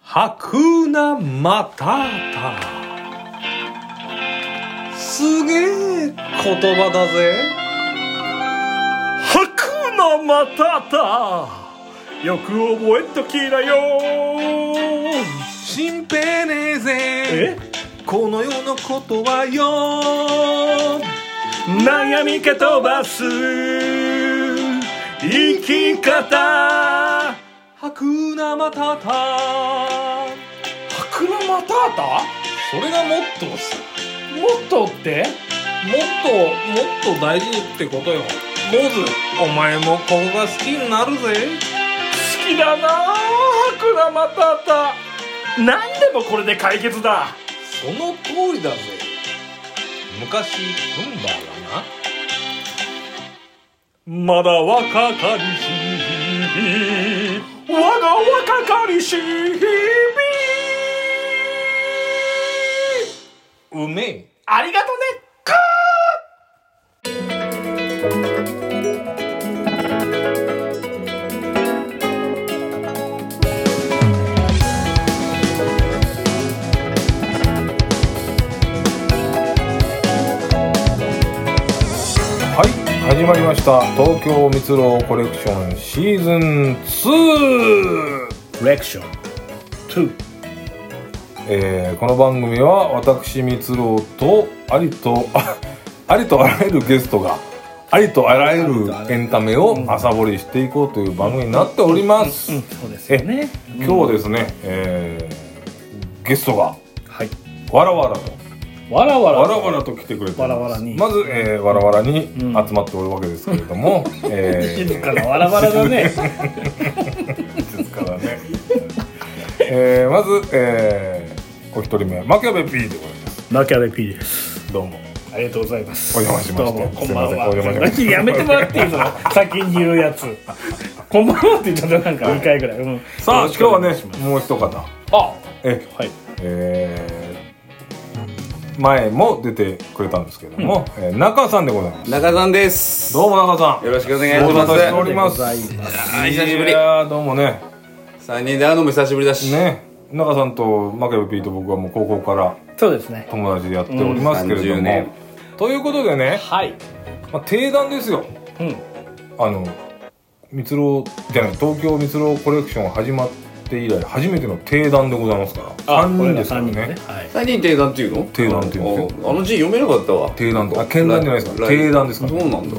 ハクナマタタ。すげえ言葉だぜ。ハクナマタタ。よく覚えときなよ。心配ねえぜ。この世のことはよ。悩み蹴飛ばす生き方。ハクナマタタ。ハクナマタタ？それがモットーさ。 モットーって？ もっと大事にってことよ。モズ、お前もここが好きになるぜ。 好きだなハクナマタタ。何でもこれで解決だ。 その通りだぜ。昔フンバーがな、まだ若かりし我が若かりし日々。うめえ。 ありがとね。 はい、始まりました東京蜜ろコレクションシーズン2 レクション2。 この番組は私蜜ろとありとあらゆるゲストがありとあらゆるエンタメを朝掘りしていこうという番組になっております。 そうですよね。 今日はですね、ゲストがはい。 わらわらとわらわらと来てくれてます。 わらわらにまず、わらわらに集まっておるわけですけれども、 静かなわらわらだね。 ですからね。まず、お一人目マキャベ P でございます。 マキャベ P です。 どうもありがとうございます。 お邪魔しました。 どうもこんばんは。 すいませんお邪魔しました。 やめてもらっていいぞ。先に言うやつ。こんばんはって言っちゃったなんか2回ぐらい。 さあ今日はねもう一方あ、 はい、 はい。 前も出てくれたんですけれども、中さんでございます。 中さんです。 どうも中さん。 よろしくお願いします。 ご無沙汰しております。 久しぶり。 いやどうもね。 3人で会うのも久しぶりだし。 ね、中さんとマキャベ P と僕はもう高校からそうですね。 友達でやっておりますけれども、 30年ということでね、 はい。 定談ですよ。蜜ろじゃない東京蜜ろコレクション始まって以来初めての定談でございますから。3人ですからね。 はい。 3人定談っていうの？ 定談っていうんですよ。 あの字読めなかったわ。 定談と見談じゃないですか。定談ですから。 そうなんだ。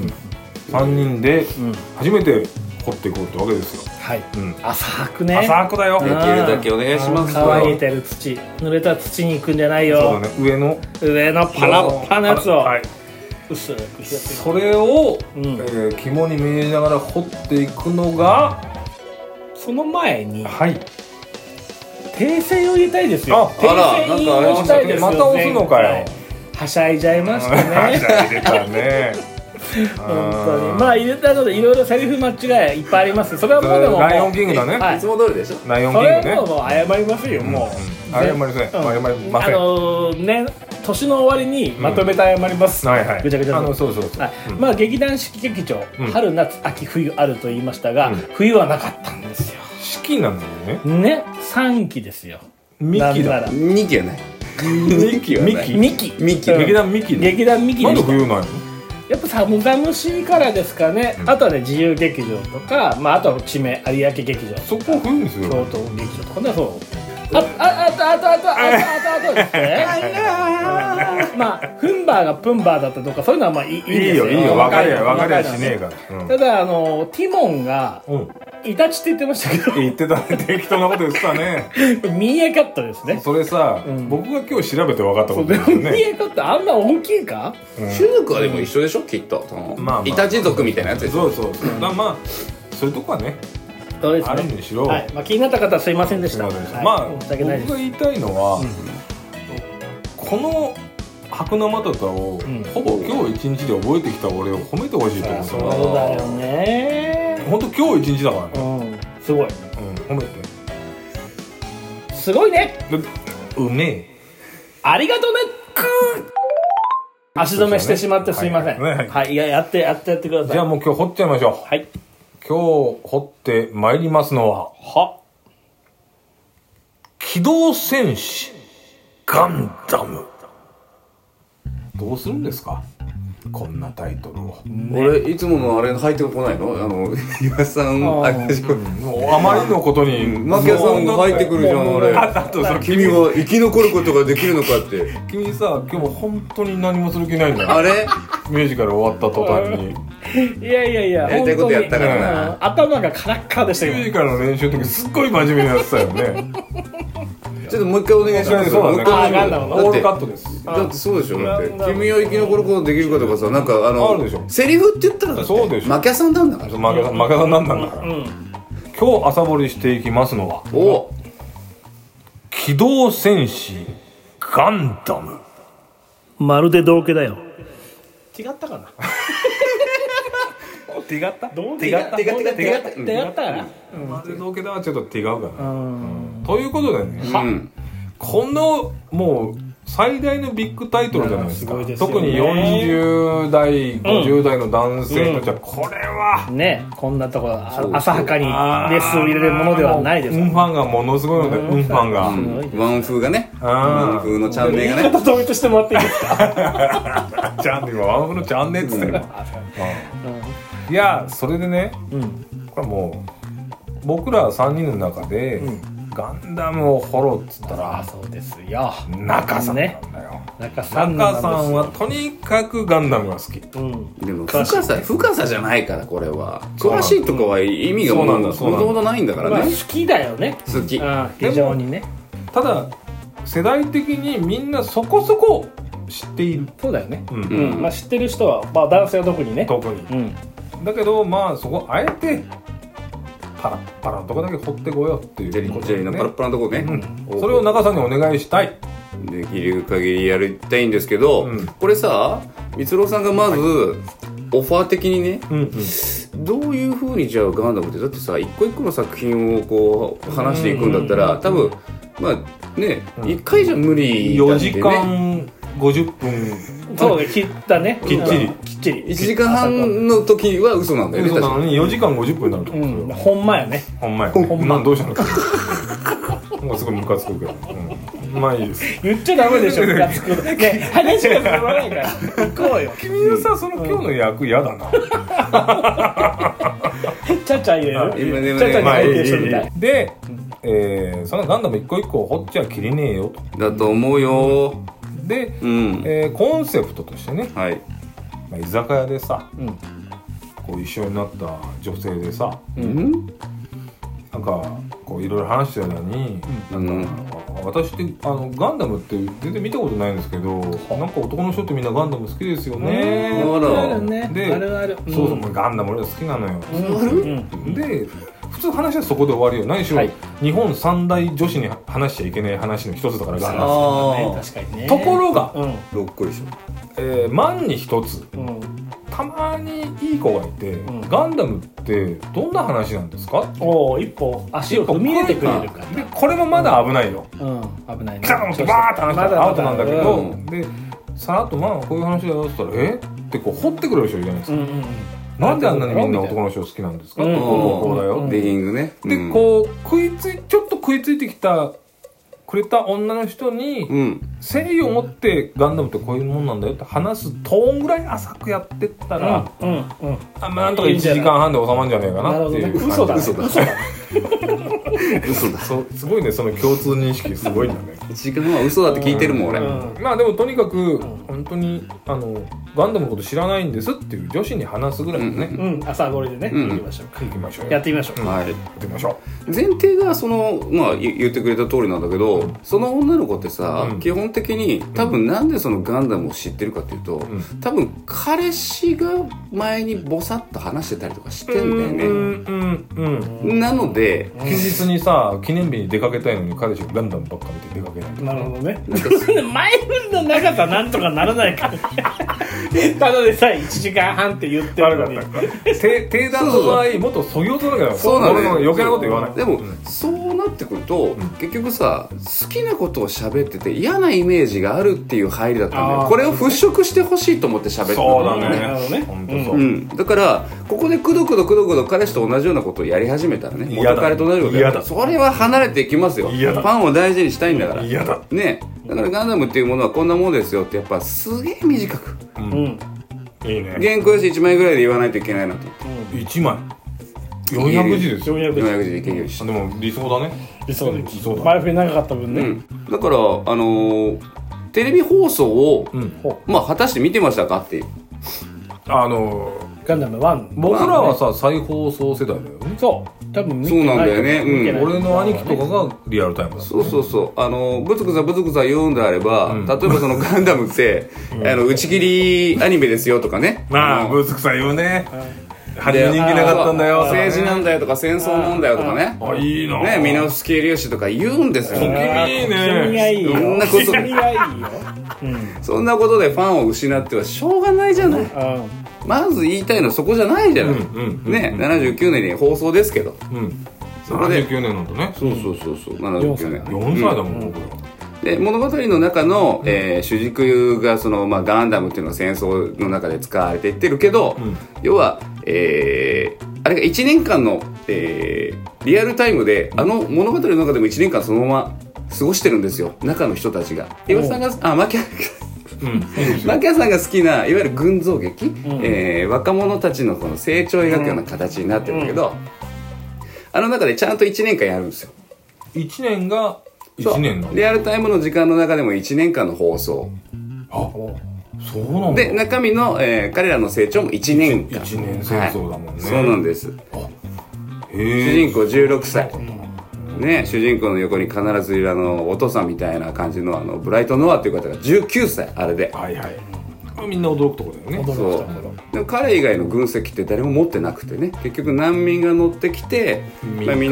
3人で初めて掘っていこうってわけですよ。 はい。 うん。 浅くね。 浅くだよ。 できるだけお願いします。 乾いてる土、濡れた土に行くんじゃないそうよ。 だね。上のパラッパのやつをはい。 薄くやってそれを肝に銘じながら掘っていくのがその前にはい訂正を入れたいですよ。 あら訂正をしたいですよ。 また押すのかよ。 はしゃいじゃいましたね。 入れたね。 本当にまあ入れたのでいろいろセリフ間違いいっぱいあります。それはもうでもライオンキングだね。 はいいつも通りでしょ。 ライオンキそれングね。 はもう謝りますよ。もう謝りません。謝りません。 ね年の終わりにまとめて謝ります。 はいはい。 ぐちゃぐちゃとそう。 はいまあ劇団四季劇場春夏秋冬あると言いましたが冬はなかったんですよ。 四季なんだよね。 ね3期ですよ。 ミキだ。 2期はない。2期はない。 2期劇団ミキだ。 劇団ミキなんでした。 で冬ないの？ やっぱ寒々しいからですかね。あとはね自由劇場とかまああとは地名有明劇場そこを冬にする京よ。 都劇場とかねそうあとですねまあフンバーがプンバーだったとかそういうのはまあいいんですよ。 いいよ分かりゃし若いのねえから。 ただティモンがうん。 イタチって言ってましたけ言ってたね。適当なこと言ってたね。 どミーアキャットですね。 それさ、僕が今日調べて分かったことでもですよね。 ミーアキャットあんな大きいか？ 種族はでも一緒でしょきっと。 まあイタチ族みたいなやつでしょ。 そう。まあそういうとこはね、 そうですあるにね。 しろ。 はい。まあ気になった方はすいませんでした。 すいませんでしたはいまあ申し訳ないです僕が。言いたいのは、この白生マタタを、ほぼ今日一日で覚えてきた俺を褒めてほしいと思うんですそうよ。 だよね。 本当今日一日だからね。 すごい。 褒めて。 すごいね。 うめえ。 ありがとうね。足止めしてしまってすいません。 はいはい。いややってください。 じゃあもう今日掘っちゃいましょう。 はい。 今日掘ってまいりますのはは。 機動戦士ガンダム。どうするんですか、こんなタイトルを。 俺いつものあれ入ってこないの？岩さん、 もうあまりのことにマキヤさんが入ってくるじゃん。あれ君は生き残ることができるのかって。 君さ、今日も本当に何もする気ないんだよ。 あれミュージカル終わった途端にいややりたいことやったからな。 頭がカラッカラでしたけど、 ミュージカルの練習の時すっごい真面目にやってたよね。 ちょっともう一回お願いします。 そうだね、 ガンダムのオールカットです。 だってそうでしょ。だって君は生き残ることできるかとかさ、なんかあるでしょ。 セリフって言ったらそうでしょ。 マキヤさんなんだから。 マキヤさんなんだから。今日朝掘りしていきますのは、機動戦士ガンダム。 まるで道化だよ。違ったかな。 違った？ 違ったかな。 まるで道化だはちょっと違うかな。ということでね、このもう最大のビッグタイトルじゃないですか。特に40代、50代の男性たちはこれはね、こんなとこ浅はかにレスを入れるものではないです。 ファンがものすごいので、ファンがワン風がね、ワン風のチャンネルがね。 言い方統一してもらっていいですか？ チャンネルはワン風のチャンネルっつって。いや、それでね、これもう僕ら3人の中でガンダムを掘ろうっつったら、 そうですよ、 中さんなんだよ。中さんはとにかくガンダムが好き。 でも深さじゃないから、これは詳しいとかは意味がもともとないんだからね。 好きだよね。 好き。 非常にね。 ただ世代的にみんなそこそこ知っている。 そうだよね。まあ知ってる人は、まあ男性は特にね。 特に。だけどまあそこあえてパラッパラのとこだけ掘ってこようっていう、 ジェリーのパラッパラのとこね、 それを中さんにお願いしたい。 できる限りやりたいんですけど、これさ、光郎さんがまずオファー的にね、どういう風にじゃあガンダムって、だってさ、一個一個の作品をこう話していくんだったら、多分まあね、1回じゃ無理だってね。 4時間50分そうね、切ったね、 きっちり 1時間半の時は嘘なんだよね。 嘘なのに4時間50分になると、 ほんまやね。 ほんまやね。どうしたのかもうすごいムカつくけど、まあいいです。 言っちゃダメでしょ、ムカつくのね。話が進まないから行こうよ。 君のさ、その今日の役嫌だな。 ちゃちゃ入れる。ちゃちゃに入ってる人みたいで、そのガンダム一個一個掘っちゃきりねえよと。 だと思うよ。 で、コンセプトとしてね、居酒屋でさ、こう一緒になった女性でさ、なんかこういろいろ話してたのに、なんか私ってガンダムって全然見たことないんですけど、なんか男の人ってみんなガンダム好きですよね。で、そうそう、ガンダム俺は好きなのよ。で、普通話はそこで終わるよ。何しろ日本三大女子に話しちゃいけない話の一つだからガンダム。 確かにね。 ところがどっこいしょ。 万に一つたまにいい子がいて、ガンダムってどんな話なんですか？ 一歩足を踏み入れてくれるから。 でこれもまだ危ないよ。 危ないね。 ピタッとバーッと話したらアウトなんだけど、でさらっとまあこういう話だよって言ったらってこう掘ってくれる人いるじゃないですか。なんであんなにみんな男の人好きなんですか？こうだよ。 デギングね。 でこうちょっと食いついてきたくれた女の人に、誠意を持ってガンダムってこういうもんなんだよって話すトーンぐらい浅くやってったら、なんとか1時間半で収まるんじゃねえかなっていう。 嘘だ。 嘘だ。 すごいね、その共通認識すごいんだね。 1時間半は嘘だって聞いてるもん俺。 まあでもとにかく本当にガンダムのこと知らないんですっていう女子に話すぐらいのね、 朝ごりでね、行きましょう。やってみましょう。 はい、 やってみましょう。前提がそのまあ言ってくれた通りなんだけど、その女の子ってさ、基本的に多分なんでそのガンダムを知ってるかっていうと、多分彼氏が前にボサッと話してたりとかしてんだよね。なので休日にさ、記念日に出かけたいのに彼氏がガンダムばっか見て出かけない。 なるほどね。前振りの長さなんとかならないから。ただでさえ1時間半って言ってるのに。 定談の場合もっとそぎ落とさなきゃ。 そうなんだよ。 余計なこと言わない。 でもそうなってくると結局さ、好きなことを喋ってて嫌なイメージがあるっていう入りだったんだよ。これを払拭してほしいと思って喋ってたんだよね。 そうだね。本当そう。 だからここでくどくど彼氏と同じようなことをやり始めたらね、元彼と同じことやる、それは離れていきますよ。ファンを大事にしたいんだからね。だからガンダムっていうものはこんなもんですよって、やっぱすげえ短く、いいね、原稿用紙1枚ぐらいで言わないといけないなと。 1枚400字ですよ。 400字で経験し、 でも理想だね。 理想だ。前振り長かった分ね、 だからテレビ放送を、まあ果たして見てましたかっていう。 ガンダム1、 僕らはさ再放送世代だよね。 そう多分見てそうなんだよね。 俺の兄貴とかがリアルタイムだ。 そうブツクザ言うんであれば、例えばそのガンダムって打ち切りアニメですよとかね。 ブツクザ言うね。初め人気なかったんだよ、 政治なんだよとか戦争なんだよとかね。 いいなね、ミノフスキー粒子とか言うんですよ。 君いいね。 君がいいよ。 そんなこと君がいいよ。 そんなことでファンを失ってはしょうがないじゃない。まず言いたいのはそこじゃないじゃない。ね、79年に放送ですけど。 79年なんだね。 そう79年。 4歳だもん僕ら。 で物語の中の、主軸がその、ガンダムっていうのは戦争の中で使われていってるけど、要は、あれが1年間の、リアルタイムで物語の中でも1年間そのまま過ごしてるんですよ、中の人たちが。岩さんが牧谷さんが好きないわゆる群像劇、若者たちのこの成長を描くような形になってるんだけど、あの中でちゃんと1年間やるんですよ。 1年が1年のリアルタイムの時間の中でも1年間の放送。 そうなんだ。 で中身の、彼らの成長も1年間。 1年戦争だもんね。 そうなんです。主人公16歳。ね、主人公の横に必ずいるお父さんみたいな感じのブライト・ノアっていう方が19歳あれで。 みんな驚くとこだよね。 そうでも彼以外の軍籍って誰も持ってなくてね、結局難民が乗ってきて、みんなが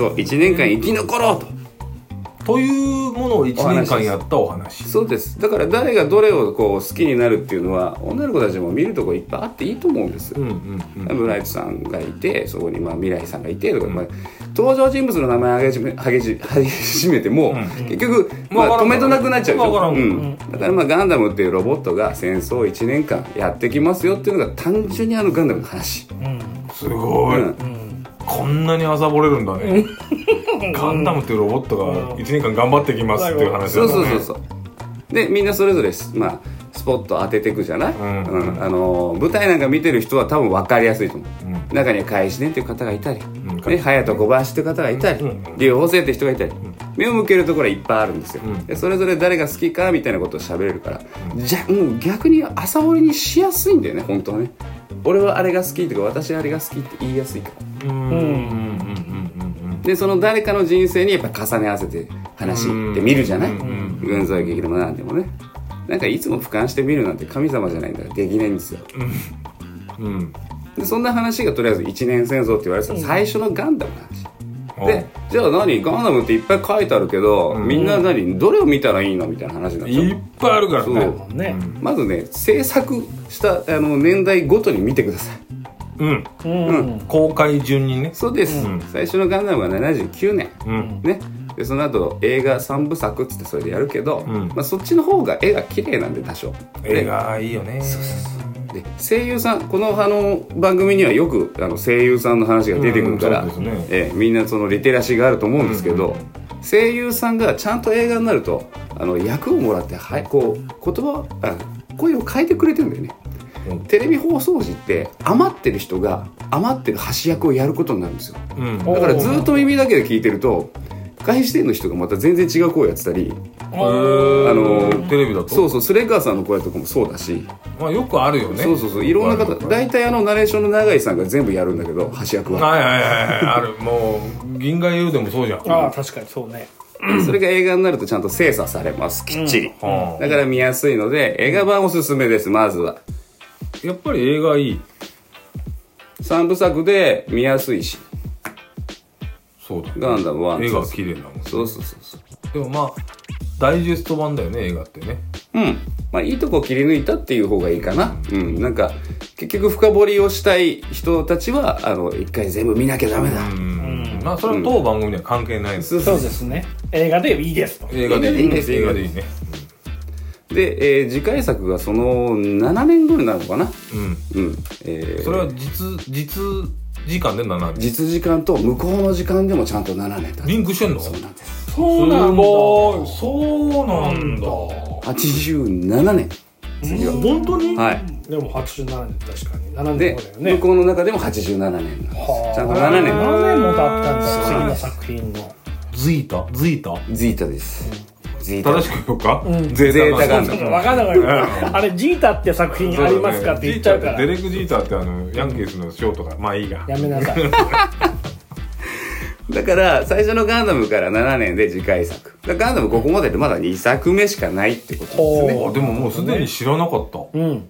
1年間生き残ろうというものを1年間やったお話。 そうです。だから誰がどれをこう好きになるっていうのは女の子たちも見るとこいっぱいあっていいと思うんです、ブライトさんがいて、そこに未来さんがいてとか、登場人物の名前を挙げ始めても、結局、コメントなくなっちゃうでしょ。だからガンダムっていうロボットが戦争を1年間やってきますよっていうのが単純にガンダムの話。 すごい、こんなにあざぼれるんだね。ガンダムっていうロボットが1年間頑張ってきますっていう話だもんね。 そうでみんなそれぞれスポット当てていくじゃない。舞台なんか見てる人は多分分かりやすいと思う。中には海自伝っていう方がいたり、隼人小林っていう方がいたり、竜宝星って人がいたり、目を向けるところはいっぱいあるんですよ。でそれぞれ誰が好きかみたいなことを喋れるから、もう逆に朝折りにしやすいんだよね、本当はね。俺はあれが好きとか私あれが好きって言いやすいから。でその誰かの人生にやっぱ重ね合わせて話って見るじゃない。群像劇でもなんでもね、なんかいつも俯瞰して見るなんて神様じゃないんだからできないんですよ。でそんな話がとりあえず一年戦争って言われてた最初のガンダムの話で、じゃあガンダムっていっぱい書いてあるけど、みんなどれを見たらいいのみたいな話になっちゃう。 いっぱいあるからね。 まずね、制作した年代ごとに見てください。 公開順にね。 そうです、最初のガンダムが79年、ね。でその後映画3部作っつってそれでやるけど、そっちの方が絵が綺麗なんで多少絵がいいよね。 で声優さん、この番組にはよく声優さんの話が出てくるから、みんなそのリテラシーがあると思うんですけど、声優さんがちゃんと映画になると役をもらってこう声を変えてくれてるんだよね。テレビ放送時って余ってる人が余ってる端役をやることになるんですよ。だからずっと耳だけで聞いてると外視点の人がまた全然違う声やってたり、 テレビだとそうスレッガーさんの声とかもそうだし、 よくあるよね。 そういろんな方、大体ナレーションの永井さんが全部やるんだけど、端役はある。もう銀河遊でもそうじゃん。 確かにそうね。 それが映画になるとちゃんと精査されます、きっちり。だから見やすいので映画版おすすめです。まずはやっぱり映画いい。 3部作で見やすいし。 そうだ、 ガンダム1 絵が綺麗だもん。 そうでもダイジェスト版だよね、映画ってね。 いいとこ切り抜いたっていう方がいいかな。なんか結局深掘りをしたい人たちは一回全部見なきゃダメだ。 それは当番組には関係ないです。 そうですね。映画でいいですと。 映画でいいです。 映画でいいね。 で、次回作がその7年後になるのかな。 それは実時間で7年。 実時間と向こうの時間でもちゃんと7年経つ。 リンクしてんの？ そうなんです。 そうなんだ。 そうなんだ。 87年。次は本当に？ はい。 でも87年、確かに7年で後だよね。 向こうの中でも87年なんです。ちゃんと7年。 7年も経ったんだ、次の作品の。 ズイタです。 正しく言うか？ ゼータガンダム。 分かんなかった。あれジータって作品ありますかって言っちゃうから。 デレク・ジータってヤンキースのショートがまあいいが。 やめなさい。 だから最初のガンダムから7年で次回作。ガンダムここまででまだ2作目しかないってことですね。 でももうすでに知らなかった。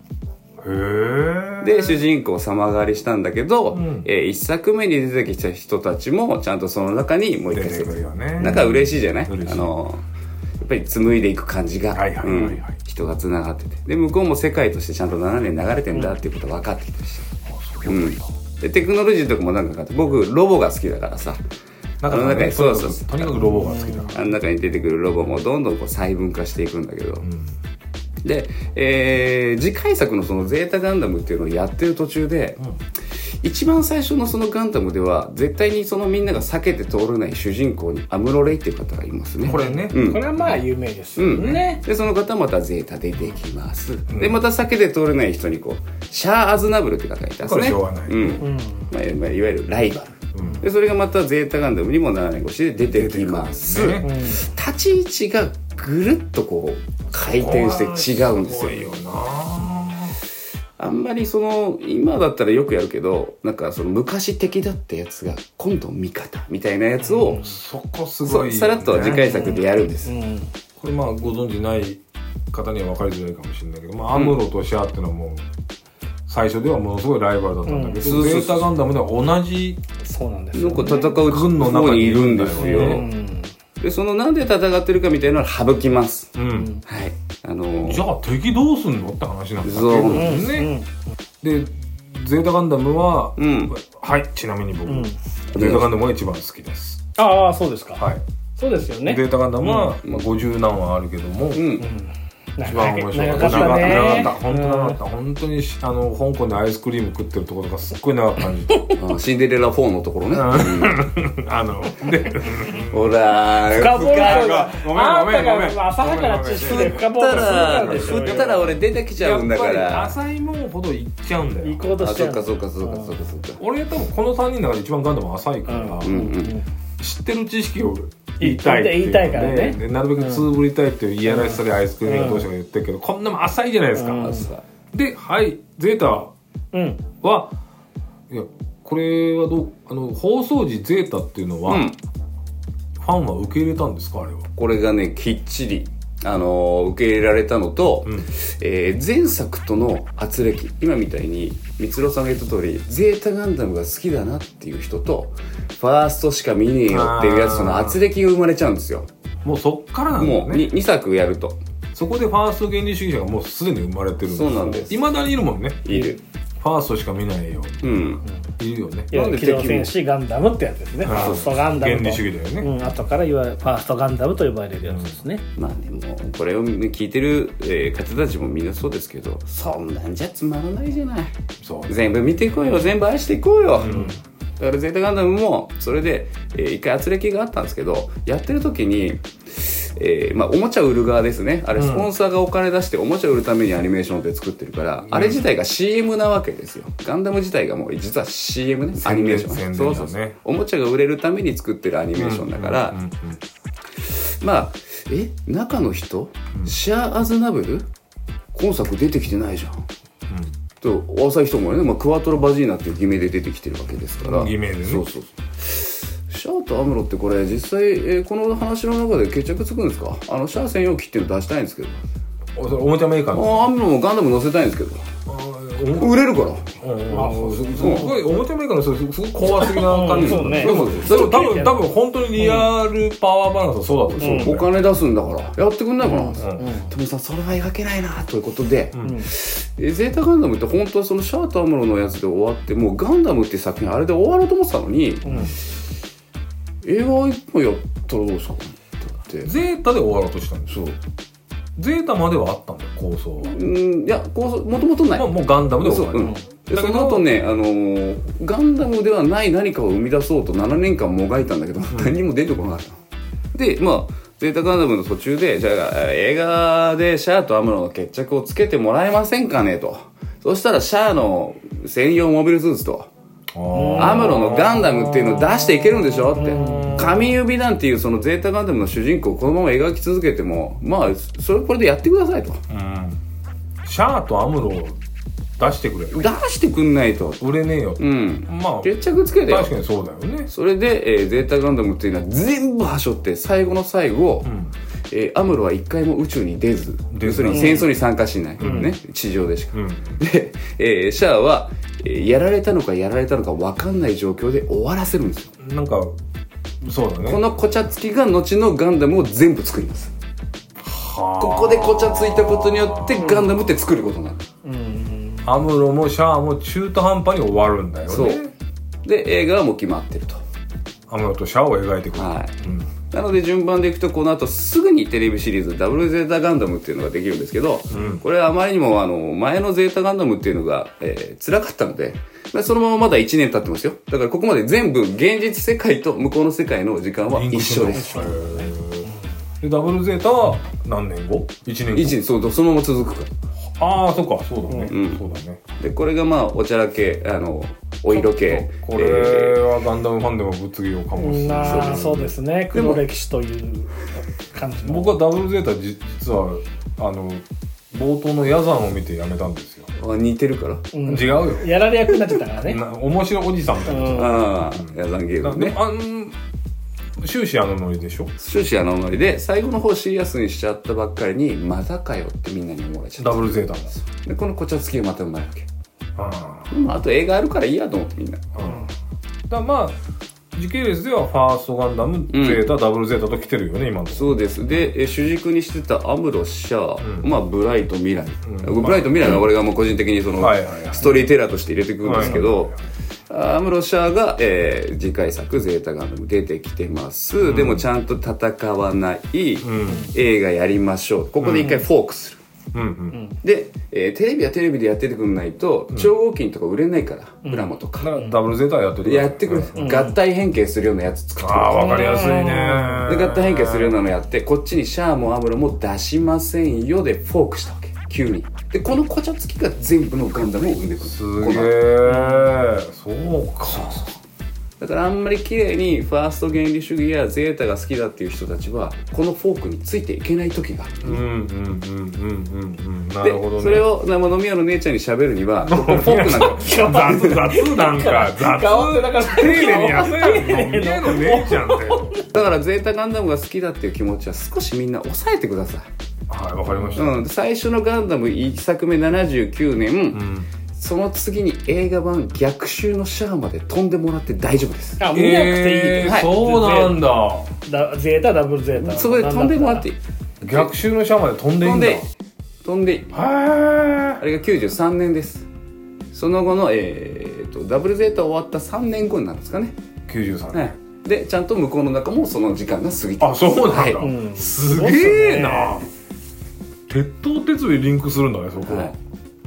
で主人公様変わりしたんだけど、1作目に出てきた人たちもちゃんとその中にもう一回出てくるよね。なんか嬉しいじゃない？やっぱり紡いでいく感じが人がつながってて、で向こうも世界としてちゃんと7年流れてんだっていうこと分かってきたし、でテクノロジーとかもなんか僕ロボが好きだからさ、 中にそうとにかくロボが好きだから、 あの中に出てくるロボもどんどんこう細分化していくんだけど、で、次回作のそのゼータガンダムっていうのをやってる途中で、一番最初のそのガンダムでは絶対にそのみんなが避けて通れない主人公にアムロレイっていう方がいますね。 これね、 これはまあ有名ですよね。 でその方またゼータ出てきます。でまた避けて通れない人にこうシャア・アズナブルって方がいたんですね。 これしょうがない。 まあいわゆるライバル。でそれがまたゼータガンダムにも7年越しで出てきます。立ち位置がぐるっとこう回転して違うんですよ。あんまりその今だったらよくやるけど、なんかその昔敵だったやつが今度味方みたいなやつを、 そこすごい、 さらっと次回作でやるんです。 これまあご存知ない方には分かりづらいかもしれないけど、アムロとシャアっていうのはもう最初ではものすごいライバルだったんだけど、ゼータガンダムでは同じなんか戦う軍の中にいるんですよ。でそのなんで戦ってるかみたいなのを省きます。はい。 じゃあ敵どうすんのって話なんですよね。でゼータガンダムは、はい、ちなみに僕、ゼータガンダムが一番好きです。 ああ、そうですか。 はい。 そうですよね。 ゼータガンダムは、50何話あるけども、一番面白かった。 長かった。 本当長かった。本当に香港でアイスクリーム食ってるところがすっごい長く感じた。 シンデレラ4のところね。 で、 ほら深掘りがごめん浅はかな知識で深掘りするからでしょ。 振ったら俺出てきちゃうんだから。 やっぱり浅いもんほどいっちゃうんだよ。 行こうとしちゃう。 そうか。 俺多分この3人の中で一番ガンダム浅いから、知ってる知識を言いたいからね。 でなるべくつぶりたいっていういやらしさでアイスクリーム同士が言ってるけど、こんなも浅いじゃないですか。で、はい、ゼータは、いやこれはどう放送時ゼータっていうのは、ファンは受け入れたんですか？あれは。 これがねきっちり受け入れられたのと、前作との圧力、今みたいに光郎さんが言った通りゼータガンダムが好きだなっていう人とファーストしか見ねえよっていうやつとの圧力が生まれちゃうんですよ。 もうそっからなんだね。 もう 2作やるとそこでファースト原理主義者がもうすでに生まれてるんです。 そうなんです。 未だにいるもんね。 いる。 ファーストしか見ないよ。いるよね。 なんで機動戦士ガンダムってやつですね。ファーストガンダムと原理主義だよね。 後からファーストガンダムと呼ばれるやつですね。 まあでもこれを聞いてる方たちもみんなそうですけど、そんなんじゃつまらないじゃない。全部見ていこうよ、全部愛していこうよ。だからゼータガンダムもそれで一回圧力があったんですけど、やってる時におもちゃ売る側ですね。あれスポンサーがお金出しておもちゃ売るためにアニメーションで作ってるから、あれ自体が CM なわけですよ。ガンダム自体がもう実は CM ね、アニメーション。そうおもちゃが売れるために作ってるアニメーションだから、まあ中の人、シャア・アズナブル今作出てきてないじゃん。と浅い人もね、クワトロ・バジーナっていう偽名で出てきてるわけですから。 偽名でね。 そうシャアとアムロってこれ実際、この話の中で決着つくんですか？シャア専用機っていうの出したいんですけど。 おもちゃメーカーの。 アムロもガンダム乗せたいんですけど。売れるから。 すごいおもちゃメーカーの人すごく高圧的な感じですよね。多分本当にリアルパワーバランスはそうだと思う。 お金出すんだからやってくんないかな。でもさ、それは描けないなということで、ゼータガンダムって本当はそのシャアとアムロのやつで終わって、もうガンダムっていう作品あれで終わろうと思ってたのに、映画一本やったらどうですかって。 ゼータで終わろうとしたんですよ。 ゼータまではあったんだよ構想は。 いや構想もともとない、 もうガンダムで終わり。 だけどその後ね、ガンダムではない何かを生み出そうと7年間もがいたんだけど、何も出てこなかったで、まあゼータガンダムの途中で、じゃあ映画でシャアとアムロの決着をつけてもらえませんかねと。そしたらシャアの専用モビルスーツとアムロのガンダムっていうのを出していけるんでしょって。神指団っていうそのゼータガンダムの主人公をこのまま描き続けても、まあこれでやってくださいと。 シャアとアムロを出してくれ。 出してくんないと売れねえよ。 まあ決着つけてよ。 確かにそうだよね。 それで、ゼータガンダムっていうのは全部はしょって最後の最後、アムロは一回も宇宙に出ず、要するに戦争に参加しない、ね、地上でしか、で、シャアは、やられたのかやられたのか分かんない状況で終わらせるんですよ。 なんかそうだね。 このこちゃつきが後のガンダムを全部作ります。ここでこちゃついたことによってガンダムって作ることになる。 アムロもシャアも中途半端に終わるんだよね。 そうで映画はもう決まってると。 アムロとシャアを描いてくる。 なので順番でいくとこの後すぐにテレビシリーズダブルゼータガンダムっていうのができるんですけど、これはあまりにも前のゼータガンダムっていうのが、辛かったので、そのまままだ1年経ってますよ。だからここまで全部現実世界と向こうの世界の時間は一緒です。 でダブルゼータは何年後？1年後。1 年、そのまま続くから。 ああ、そっか、そうだね。そうだね。 で、これがまあ、おちゃら系、お色系。 これはガンダムファンでも物議を醸す。 そうですね。黒歴史という感じの。 僕はダブルゼータ実は、冒頭のヤザンを見てやめたんですよ。 似てるから。 違うよ。 やられ役になっちゃったからね。 面白いおじさんみたいな。 ああ、ヤザンゲームね。 終始あのノリでしょ。 終始あのノリで最後の方シリアスにしちゃったばっかりにまたかよってみんなに思われちゃった。 ダブルゼータもでこのこちゃつきがまたうまいわけ。あと映画あるからいいやと思ってみんな。 だまあ時系列ではファーストガンダム、ゼータダブルゼータと来てるよね今の。 そうです。で主軸にしてたアムロ、シャア、まあブライト、未来、ブライト、未来は俺がもう個人的にそのストーリーテラーとして入れてくるんですけど、アムロ、シャアが、次回作ゼータガンダム出てきてます、でもちゃんと戦わない、映画やりましょう。ここで一回フォークする、で、テレビはテレビでやっててくんないと超合金とか売れないから、プラモとか、 ダブルゼータはやってくれる、合体変形するようなやつ作ってくれる。 わかりやすいね。 で合体変形するようなのやって、こっちにシャアもアムロも出しませんよでフォークしたわけ、急に。でこのこちゃつきが全部のガンダムを生んでくる。 すげえ。そうか。 だからあんまり綺麗にファースト原理主義やゼータが好きだっていう人たちはこのフォークについていけない時がある。 なるほどね。 でそれを飲み屋の姉ちゃんに喋るにはここフォークなんか雑なんか丁寧にやったよ。飲み屋の姉ちゃんってだからゼータガンダムが好きだっていう気持ちは少しみんな抑えてください。 はい、わかりました。 最初のガンダム1作目79年、その次に映画版逆襲のシャアまで飛んでもらって大丈夫です。 見なくていい。 そうなんだ。 ゼータダブルゼータそこで飛んでもらっていい。 逆襲のシャアまで飛んでいいんだ。 飛んでいい。あれが93年です。その後の、ダブルゼータ終わった3年後になるんですかね。 93年、 でちゃんと向こうの中もその時間が過ぎてる。 あ、そうなんだ、すげえな。鉄頭鉄尾リンクするんだね、そこは。へ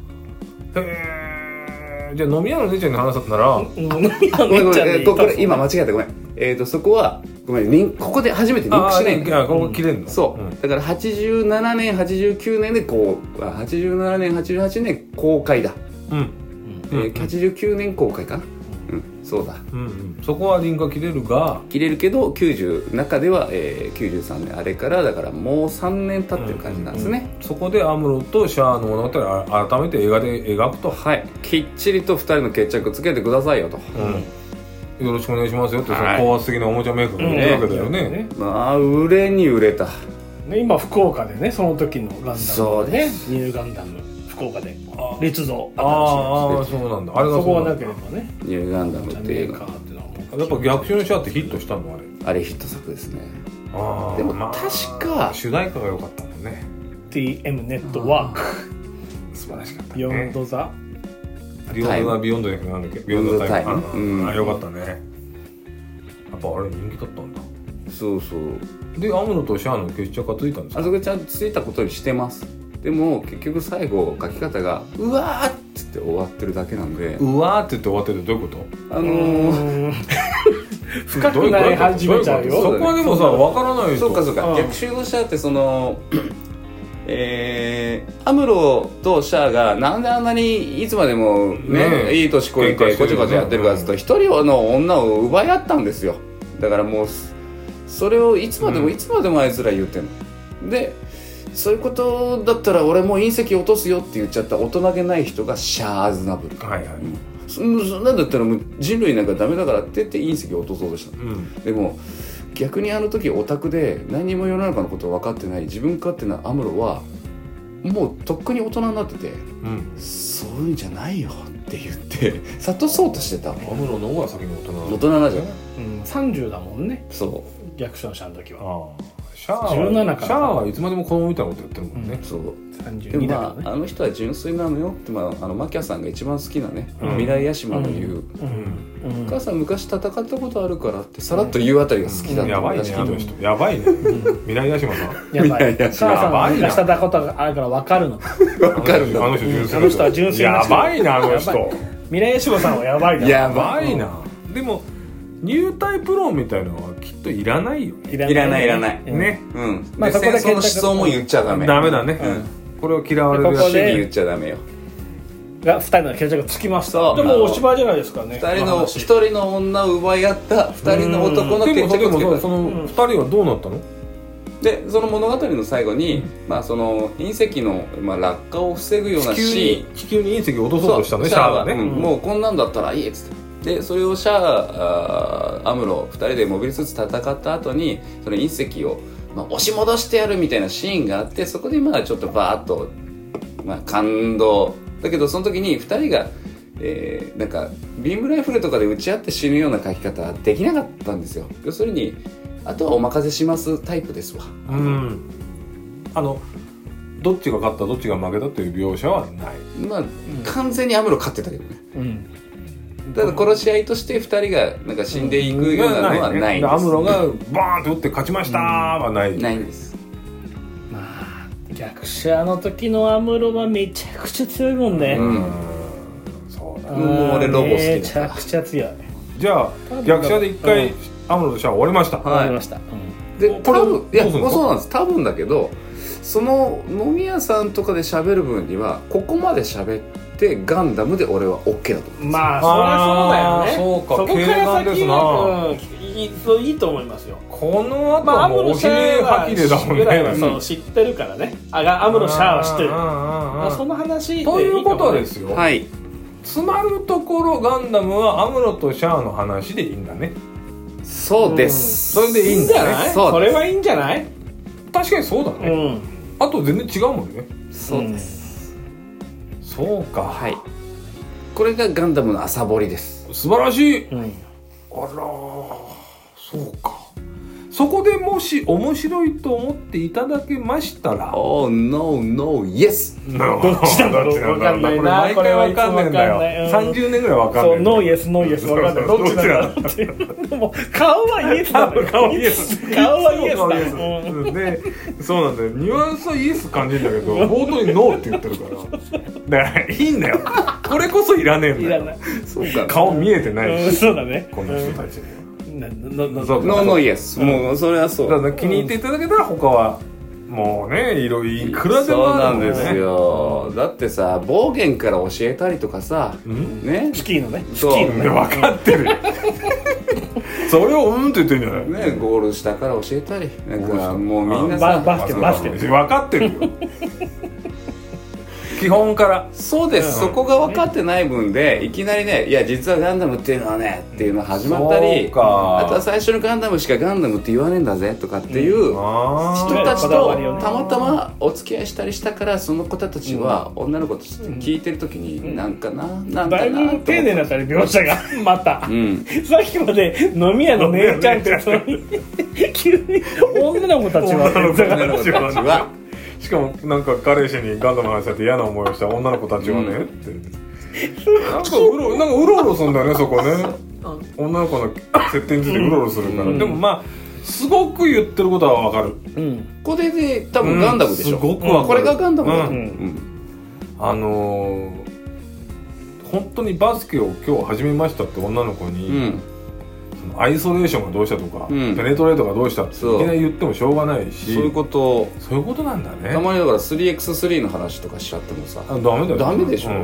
え。じゃあ飲み屋の姉ちゃんに話したなら、 ごめんこれ今間違えた、ごめん。そこはごめん、ここで初めてリンクしないんだ。 ここ切れんの。 そう、だから87年89年で87年88年公開だ。89年公開かな。そうだ、 そこはリンクが切れるが切れるけど90中では、93年あれからだからもう3年経ってる感じなんですね。 そこでアムロとシャアの物語を改めて映画で描くと、 きっちりと2人の決着つけてくださいよと、 よろしくお願いしますよって、その高圧的なおもちゃメーカーが言ってるわけだよね。 まあ売れに売れた。 今福岡でね、その時のガンダムね、ニューガンダム福岡で立像。 ああ、そうなんだ。あれがそこがなければね、 ニューガンダムっていうのはやっぱ逆襲のシャアってヒットしたの？ あれヒット作ですね。でも確か主題歌が良かったもんね。 TM ネットワーク、 素晴らしかったね。 ビヨンドザビヨンドじゃなくてなんだっけ、ビヨンドタイム。あ、良かったね。やっぱあれ人気だったんだ。 そうそうでアムロとシャアの決着がついたんですか？ あそこちゃんとついたことにしてます。でも結局最後書き方がうわーっつって終わってるだけなんで、 うわーって言って終わってるってどういうこと？ 深くなり始めちゃうよ。 そこはでもさ分からないそうかそうか、逆襲のシャアってそのアムロとシャアがなんであんなにいつまでもねいい年こいてこちょこちょやってるかっていうと一人の女を奪い合ったんですよ。だからもうそれをいつまでもいつまでもあいつら言ってんので、そういうことだったら俺も隕石落とすよって言っちゃった大人げない人がシャア・アズナブル。 はいはい、 なんだったらもう人類なんかダメだからって言って隕石を落とそうとした、でも逆にあの時オタクで何も世の中のことを分かってない自分勝手なアムロはもうとっくに大人になってて、そういうんじゃないよって言って諭そうとしてた。アムロの方が先に大人なんじゃん、 30だもんね。 そう逆襲のシャアの時はシャアはいつまでも子供みたいなことやってるもんね、 そう 32 でだからね。 あの人は純粋なのよって、マキャさんが一番好きなね、未来屋島の言う、お母さん昔戦ったことあるからってさらっと言うあたりが好きだった。 やばいねあの人、やばいね未来屋島さんやばい。お母さんは昔戦ったことがあるから分かるの。 分かるんだ。 あの人純粋あの人は純粋な人。 やばいなあの人。 未来屋島さんはやばいな。 やばいな。でも入隊プロみたいなのはきっといらないよね。 いらないね。 で戦争の思想も言っちゃダメ。 ダメだね。これを嫌われるやつに言っちゃダメよ。 が2人の決着がつきました。でもお芝居じゃないですかね。 1人の女を奪い合った2人の男の決着をつけた。 でもその2人はどうなったの？ でその物語の最後に、その隕石の、落下を防ぐようなシーン、 地球に隕石を落とそうとしたのね、シャアがね、 もうこんなんだったらいいっつって、でそれをシャア、アムロ2人でモビルスーツ戦った後にその隕石を、押し戻してやるみたいなシーンがあって、そこでちょっとバーッと、感動だけど、その時に2人が、なんかビームライフルとかで撃ち合って死ぬような書き方はできなかったんですよ。要するにあとはお任せしますタイプですわ。 どっちが勝ったどっちが負けたという描写はない。 完全にアムロ勝ってたけどね、ただ殺し合いとして2人がなんか死んでいくようなのはないんです。 アムロがバーンと打って勝ちましたはないんです。 逆者の時のアムロはめちゃくちゃ強いもんね。 そうだね。もう俺ロボ好きだから。 めちゃくちゃ強い。 じゃあ逆者で一回アムロとシャア終わりました。 終わりました。 で多分いやそうなんです。多分だけどその飲み屋さんとかで喋る分にはここまで喋ってガンダムで俺は OK だと思います。 そりゃそうだよね。 そうか、軽眼ですな。 いいと思いますよ。 この後はもうおひれはきれだもんね。 知ってるからね。アムロシャアは知ってる。その話ということですよ。 はい。 つまるところガンダムはアムロとシャアの話でいいんだね。 そうです。 それでいいんだね。 それはいいんじゃない？ 確かにそうだね。あと全然違うもんね。 そうです。 そうか。 はい。これがガンダムの朝掘りです。 素晴らしい。あら、そうか。そこでもし面白いと思っていただけましたら、 Oh no no yes。 どっちだろう分かんないな。 これ毎回分かんないんだよ。30年ぐらい分かんない。 そうノーイエスノーイエス分かんない。どっちだろうって。でも顔はイエスだ。 顔イエス。 顔はイエスだ。 で、そうなんだよ。ニュアンスはイエス感じるんだけど、冒頭にノーって言ってるから。だからいいんだよ。これこそいらねえんだよ。そうか。顔見えてないし。 そうだね。 この人たちに。 ノーノーイエス。もうそれはそう。 だから気に入っていただけたら他はもうねいくらでもあるもんね。 そうなんですよ。だってさ暴言から教えたりとかさ、ね。 スキーのね。 そう分かってる。それをって言ってるんじゃない。 ねゴール下から教えたりなんかもうみんなさバスケ分かってるよ。基本からそうです、そこが分かってない分でいきなりねいや実はガンダムっていうのはねっていうのが始まったり、あとは最初のガンダムしかガンダムって言わねえんだぜとかっていう人たちとたまたまお付き合いしたりしたから、その子たちは女の子として聞いてる時になんかなだいぶ丁寧だったね描写がまた、さっきまで飲み屋の姉ちゃんって急に女の子たちはしかもなんか彼氏にガンダムの話されて嫌な思いをした女の子たちはね、ってなんかうろうろするんだよねそこね。女の子の設定についてうろうろするから、でもすごく言ってることはわかる。 これで多分ガンダムでしょ。 すごくわかる。 これがガンダムだ。 本当にバスケを今日始めましたって女の子に、そのアイソレーションがどうしたとか、ペネトレートがどうしたっていきなり言ってもしょうがないし、 そういうことなんだね。 たまにだから 3x3 の話とかしちゃってもさ、 ダメだよ。 ダメでしょ。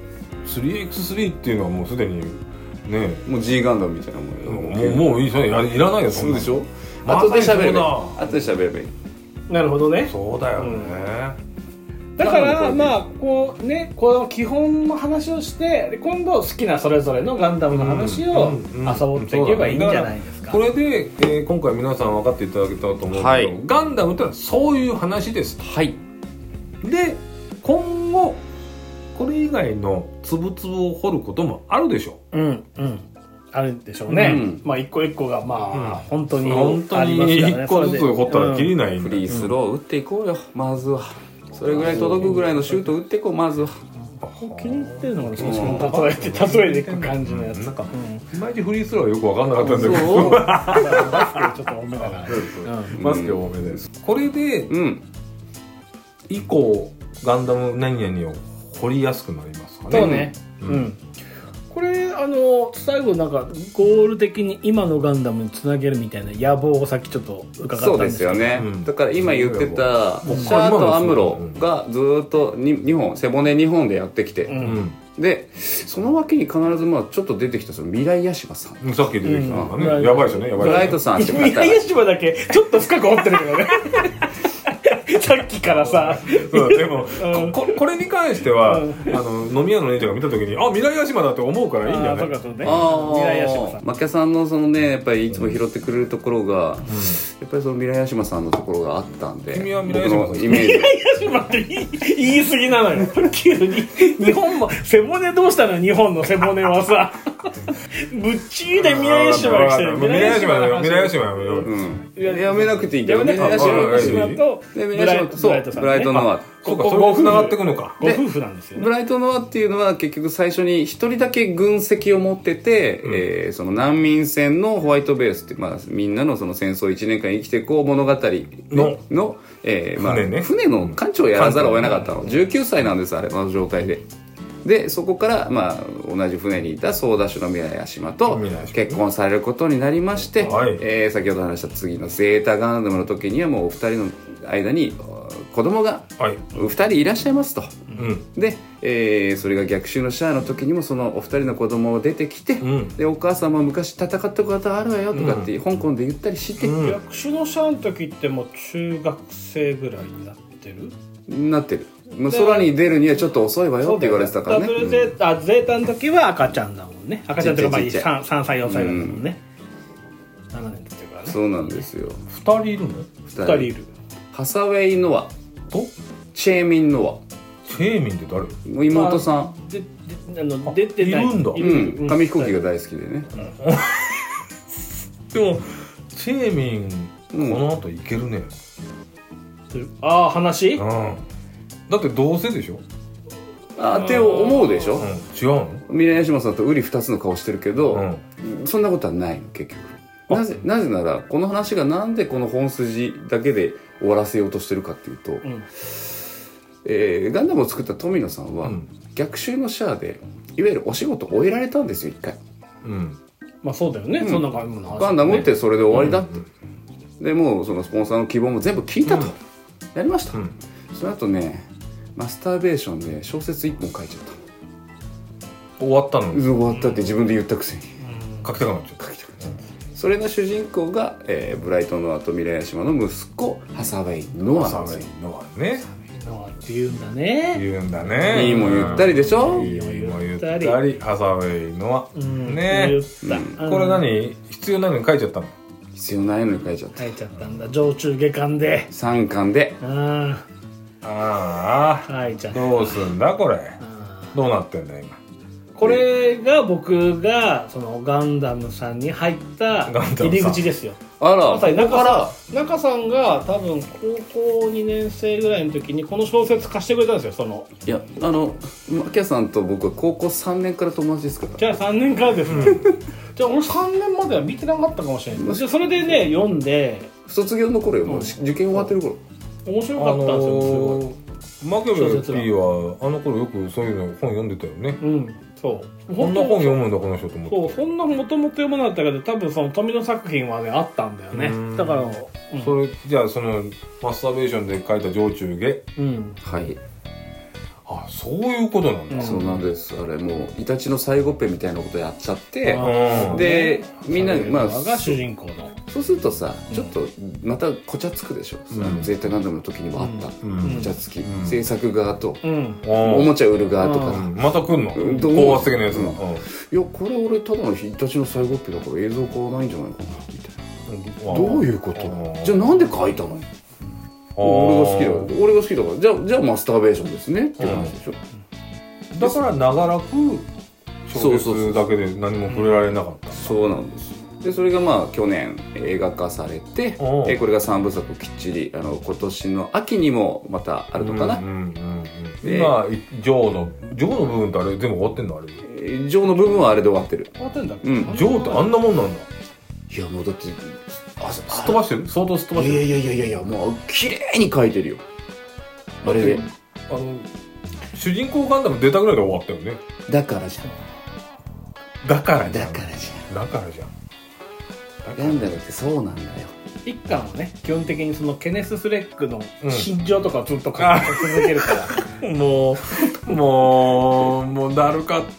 3x3 っていうのはもうすでにね、 もう G ガンダムみたいなもんよ。 もういい、それいらないよ。 そうでしょ。後で喋ればいい。 なるほどね。 そうだよね。 だからまあこうね、この基本の話をして、今度好きなそれぞれのガンダムの話を遊っていけばいいんじゃないですか。 これで、今回皆さん分かっていただけたと思うけど、ガンダムってのはそういう話です。 はい。 で、今後これ以外のつぶつぶを掘ることもあるでしょう。 あるでしょうね。まあ一個一個がまあ本当にありますからね。 一個ずつ掘ったらきりないんで。フリースロー打っていこうよ、まずは。それぐらい届くぐらいのシュート打っていこう、まずは。 気に入ってるのがね、例えていく感じのやつ。 なんかいまいちフリースローはよく分かんなかったんだけど、 バスケちょっと多めだから。 バスケ多めです。これで以降ガンダム何々を掘りやすくなりますかね。 そうね。これ最後なんかゴール的に今のガンダムにつなげるみたいな野望をさっきちょっと伺ったんですけど。 そうですよね。だから今言ってたシャアとアムロがずっと2本背骨2本でやってきて、でその脇に必ずまあちょっと出てきたその未来屋島さん。 さっき出てきたのがね、やばいですよね。 ブライトさんって未来屋島だけちょっと深く掘ってるけどね。さっきからさ。 でもこれに関しては飲み屋の姉ちゃんが見た時に未来屋島だって思うからいいんだよね。 未来屋島さん、 マキャさんのそのねやっぱりいつも拾ってくれるところが、やっぱりその未来屋島さんのところがあったんで、 君は未来屋島さん未来屋島って言い過ぎなのよ。急に日本も背骨どうしたの、日本の背骨はさ。ぶっちぎで未来屋島が来てる。 未来屋島やめなくていいけど、 未来屋島とブライトノア。 そうか、それが繋がっていくのか。 ご夫婦なんですよね。 ブライトノアっていうのは結局最初に一人だけ軍籍を持ってて、その難民船のホワイトベースって、まあ、みんなのその戦争1年間生きていこう物語の船の艦長をやらざるを得なかったの。19歳なんです、あれの状態で。でそこから、まあ、同じ船にいたソーダ種の未来屋島と結婚されることになりまして、先ほど話した次のゼータガンダムの時にはもうお二人の間に子供が2人いらっしゃいますと、で、それが逆襲のシャアの時にもそのお二人の子供が出てきて、でお母さんも昔戦ったことあるわよとかって香港で言ったりして、 逆襲のシャアの時ってもう中学生ぐらいになってるもう空に出るにはちょっと遅いわよって言われてたからね。 ゼータの時は赤ちゃんだもんね。赤ちゃんとかまあ3歳4歳だもんね。7年経ってるからね。 そうなんですよ。 2人いるの ？2人いる。 ハサウェイ・ノアとチェーミン・ノア。 チェーミンって誰？ もう妹さん。 出てない。 いるんだ。 紙飛行機が大好きでね。 でもチェーミンこの後いけるね。 話？ だってどうせでしょ。 って思うでしょ。 違うの？ 未来屋島さんと瓜二つの顔してるけど、そんなことはないの結局。なぜならこの話がなんでこの本筋だけで終わらせようとしてるかっていうと、ガンダムを作った富野さんは、逆襲のシャアでいわゆるお仕事を終えられたんですよ一回。 まあそうだよね。そんな感じの話。 ガンダムってそれで終わりだって。でもうそのスポンサーの希望も全部聞いたと、やりました。その後ねマスターベーションで小説1本書いちゃったの。終わったのに。 終わったって自分で言ったくせに書きたくなっちゃった。 それの主人公が、ブライト・ノアと未来屋島の息子ハサウェイ・ノアなんですよ。 ノアね。 ノアって言うんだね。 言うんだね。 いいも言ったりでしょ。 いいも言ったり。ハサウェイ・ノア。ね。これ何？必要ないのに書いちゃったの？ 必要ないのに書いちゃった。 書いちゃったんだ。上中下巻で。 3巻で。 書いちゃった。どうすんだこれ。どうなってんだ今。 これが僕がそのガンダムさんに入った入り口ですよ。 あら、 中さんが多分高校2年生ぐらいの時にこの小説貸してくれたんですよ。 いやマキャさんと僕は高校3年から友達ですから。 じゃあ3年からですね。 じゃあ俺3年までは見てなかったかもしれない。それでね読んで卒業の頃よ、もう受験終わってる頃。 面白かったんですよ、すごい。 マキャベル P はあの頃よくそういうの本読んでたよね。 そうこんな本読むんだこの人と思って。 そう、そんなもともと読まなかったけど、多分その富野作品はねあったんだよね。だから、 それじゃあそのマスターベーションで書いた上中下、 はい、 あ、そういうことなんだ。 そうなんです。あれもうイタチの最後っぺみたいなことやっちゃって、でみんなまあが主人公の。 そうするとさ、ちょっとまたこちゃつくでしょ。ゼータガンダムの時にもあったこちゃつき、制作側とおもちゃ売る側とかまた来んの高圧的なやつが。いやこれ俺ただのイタチの最後っぺだから映像化はないんじゃないかなみたいな。どういうこと？じゃあなんで書いたの？俺が好きだからじゃあマスターベーションですねって話でしょ。 だから長らく小説だけで何も触れられなかった。 そうなんです。でそれがまあ去年映画化されて、これが3部作きっちり今年の秋にもまたあるのかな。 今ジョーの部分ってあれ全部終わってんの？あれジョーの部分はあれで終わってる。 終わってんだっけ？ ジョーってあんなもんなんだ。 いやもうだってすっ飛ばしてる？相当すっ飛ばしてる？ いやもう綺麗に描いてるよあれで。 主人公ガンダム出たぐらいで終わったよね。 だからじゃんガンダムってそうなんだよ。 一巻はね基本的にそのケネス・スレックの心情とかをずっと書き続けるから、 もうだるかった、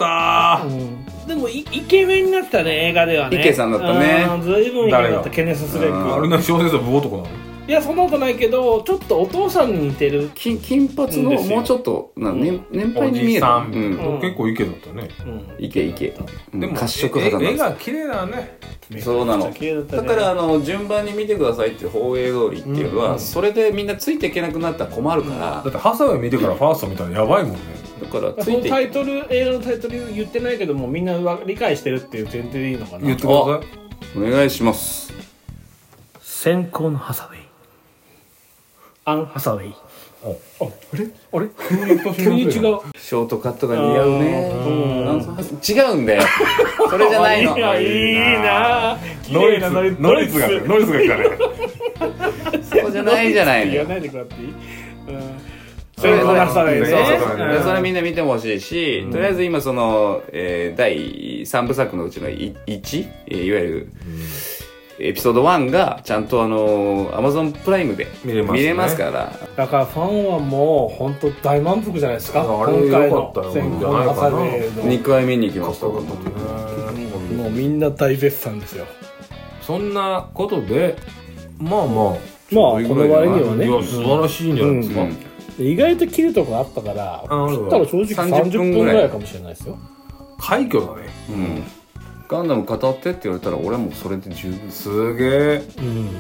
でもイケメンになったね映画ではね。 イケさんだったね。 ずいぶんイケメンだったケネス・スレック。 あれの小説は武男なの？ いやそんなことないけどちょっとお父さんに似てる。 金髪のもうちょっと年配に見える。 結構イケだったね。 イケでも褐色肌なんです。 絵が綺麗だね。 そうなの。だから順番に見てくださいって放映通りっていうのはそれでみんなついていけなくなったら困るから。 だってハサウェイ見てからファースト見たらやばいもんね。 だからその映画のタイトル言ってないけどもみんな理解してるっていう前提でいいのかな。 言ってください。 お願いします。 先行のハサウェイ。ハサウェイ。あれ急に違う。 ショートカットが似合うね。違うんだよ。それじゃないの。 いいな。 ノリスが来たね。 そうじゃないじゃないの。 言わないでください。 それみんな見てほしいし、とりあえず今その第3部作のうちの1、いわゆるエピソード1がちゃんとAmazon プライムで見れますから。 だからファンはもう本当大満足じゃないですか。今回の先行のハサウェイの 2回目に行きました。もうみんな大絶賛ですよ。 そんなことでまあこの割にはね素晴らしいんじゃないですか。 意外と切るとこあったから切ったら正直30分ぐらいかもしれないですよ。 快挙だね。 ガンダム語ってって言われたら俺はもうそれで十分。 すげえ。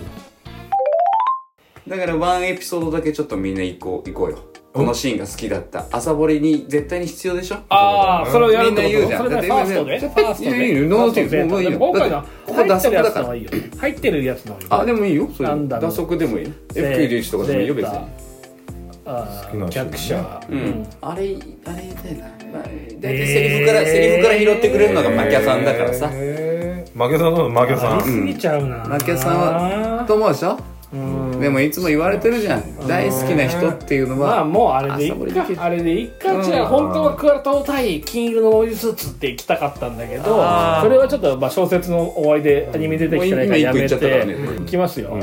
だからワンエピソードだけちょっとみんな行こうよ。このシーンが好きだった。朝掘りに絶対に必要でしょ。 それをやるみんな言うじゃん。 それでファーストで。 もういいよ。 今回のここ打足だから。 入ってるやつの方がいい。 あでもいいよ。打足でもいいよ。F91 とかでもいいよ別に。 逆者。 あれだよな。だいたいセリフから拾ってくれるのがマキャさんだからさ。 マキャさんのマキャさん。 過ぎちゃうな。 マキャさんはと思うでしょ。でもいつも言われてるじゃん。大好きな人っていうのはまあもうあれでいっか。あれでいっか。違う本当はクワラト対金色のノイズスーツって行きたかったんだけど、それはちょっと小説の終わりでアニメ出てきてないからやめていきますよ。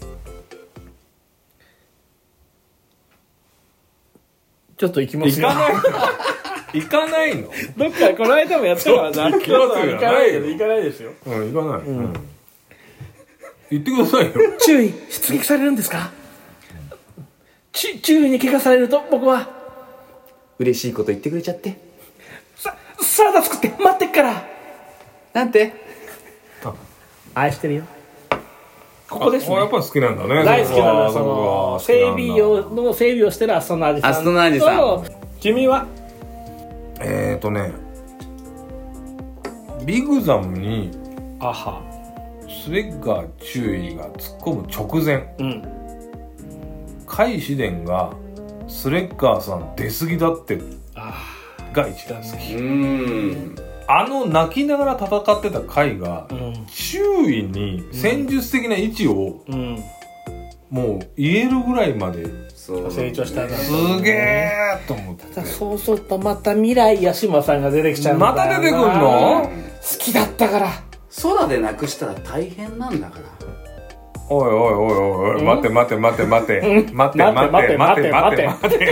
ちょっと行きますよ。 行かないの？ どっかこの間もやったからな。行かないですよ。 行かない。言ってくださいよ。 注意、出撃されるんですか？注意に怪我されると僕は嬉しいこと言ってくれちゃって。 サラダ作って待ってっから。 なんて？ 愛してるよ。ここですね。 やっぱ好きなんだね。 大好きなのはその整備をしてるアストナージさん。 アストナージさん。 君は？ ビグザムにスレッガー注意が突っ込む直前、カイシデンがスレッガーさん出過ぎだってが一番好き。 泣きながら戦ってた回が、周囲に戦術的な位置を、もう言えるぐらいまで成長したんだ。 すげえと思って。 ただそうするとまた未来八島さんが出てきちゃうんだよな。 また出てくんの？ 好きだったから。 空でなくしたら大変なんだから。 おいおいおいおい、待て待て待て待て待て待て待て待て待て。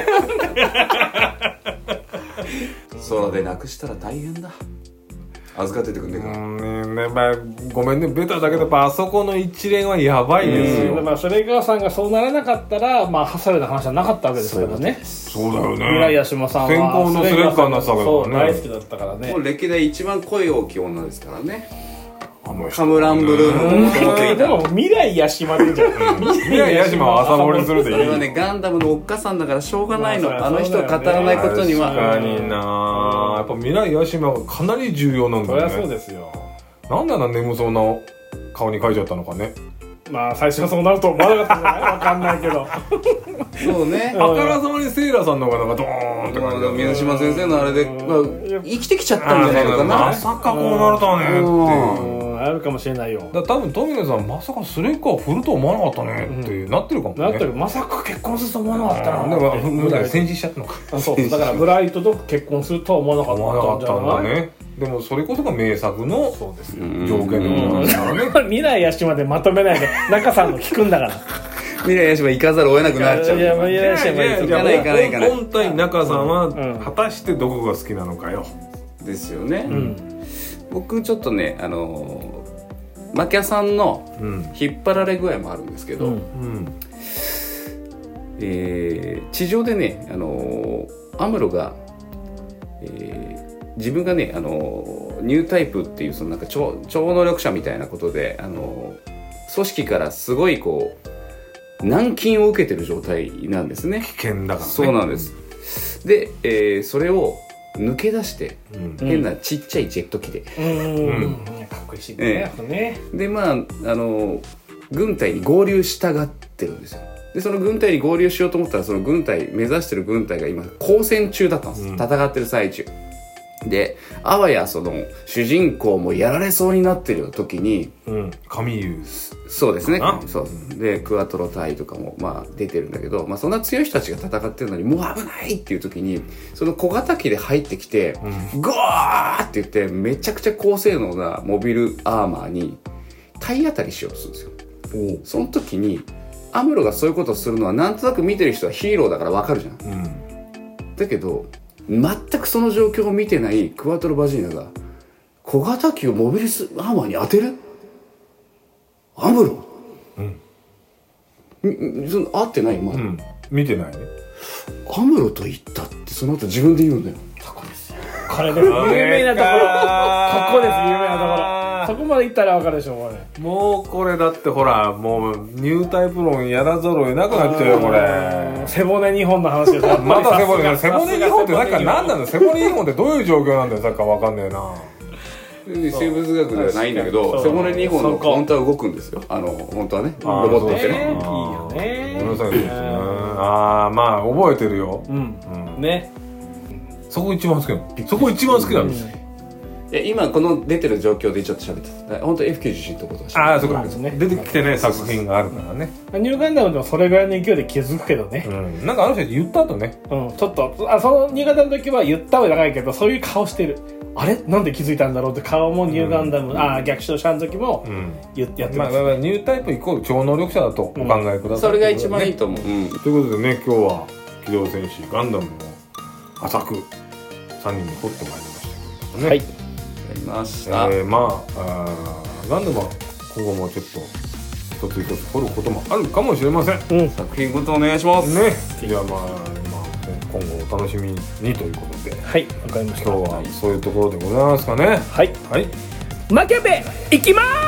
空でなくしたら大変だ。預かっててくんねえか。 まあ、ごめんね、ベタだけど、やっぱあそこの一連はやばいですよ。 まあ、それがさんがそうならなかったら、まあ、ハサウェイの話はなかったわけですからね。 そうだよね。 未来八島さんは先行のスレッカーになったわけだからね。 そう、大好きだったからね。 もう歴代一番声大きい女ですからね。カムランブルーのでも未来八島でいいじゃん。 未来八島は朝掘りするでいい。 それはね、ガンダムのおっかさんだからしょうがないの。あの人を語らないことには。 確かにな。やっぱ未来八島がかなり重要なんだよね。 そりゃそうですよ。 なんであんな眠そうな顔に描いちゃったのかね。 まあ最初はそうなると思わなかったんじゃない？わかんないけど。 そうね。 あからさまにセイラさんの方がなんかドーンって感じ。 水島先生のあれで、まあ、生きてきちゃったんじゃないのかな。 まさかこうなるとはねっていう。 あるかもしれないよ。 だ多分富野さんまさかスレッカー振ると思わなかったねってなってるかもね。 なってる。まさか結婚すると思わなかったな。 でも戦死しちゃったのか。 そうだからブライトと結婚するとは思わなかったんじゃない？ ね。でもそれこそが名作の条件でございますからね。 未来八島でまとめないで中さんの聞くんだから。 未来八島行かざるを得なくなっちゃう。 いや未来八島行かない。 本体中さんは果たしてどこが好きなのかよ。 ですよね。僕ちょっとねマキャさんの引っ張られ具合もあるんですけど、地上でねアムロが、自分がねニュータイプっていうそのなんか超能力者みたいなことで組織からすごいこう軟禁を受けてる状態なんですね。 危険だからね。 そうなんです。で、それを抜け出して、変なちっちゃいジェット機で、 かっこいいしね。 でまあ軍隊に合流したがってるんですよ。でその軍隊に合流しようと思ったらその軍隊目指してる軍隊が今交戦中だったんです。戦ってる最中であわやその主人公もやられそうになってる時に、 カミユそうですね。そうでクワトロ隊とかもまあ出てるんだけど、まあそんな強い人たちが戦ってるのにもう危ないっていう時にその小型機で入ってきて、ゴーって言ってめちゃくちゃ高性能なモビルアーマーに体当たりしようとするんですよ。その時にアムロがそういうことをするのはなんとなく見てる人はヒーローだからわかるじゃん。だけど全くその状況を見てないクワトロ・バジーナが小型機をモビルスアーマーに当てる？アムロ？その合ってない？まだ、 見てないね。 アムロと言ったってその後自分で言うんだよ。 これです有名なところ。ここです有名なところ。そこまでいったら分かるでしょこれ。 もうこれだってほらもうニュータイプ論やらざるを得なくなっちゃうよこれ。 背骨2本の話です。 また背骨2本ってさっきから何なの？背骨2本ってどういう状況なんだよさっきから分かんねえな。 生物学ではないんだけど背骨2本の本当は動くんですよ。本当はねロボットってね。いいよね。 ごめんなさいですね。まあ覚えてるよ。 ね。 そこ一番好きなの。そこ一番好きなんです。 今この出てる状況でちょっと喋ってた。本当 F91 のところだし。そうか。出てきてね作品があるからね。 ニューガンダムでもそれぐらいの勢いで気づくけどね。 なんかあの人言った後ね。 ちょっとそのニューガンダムの時は言ったわけじゃないけどそういう顔してる。あれなんで気づいたんだろうって顔もニューガンダム逆襲者の時もやってます。 ニュータイプイコール超能力者だとお考えください。 それが一番いいと思う。 ということでね今日は機動戦士ガンダムの浅く3人に掘ってまいりましたけどね。はい。 ましたガンダムは今後もちょっと一つ一つ掘ることもあるかもしれません。 作品ごとお願いしますね。じゃあ今後お楽しみにということで、 はい、わかりました。 今日はそういうところでございますかね。 はい。マキャベ行きまーす。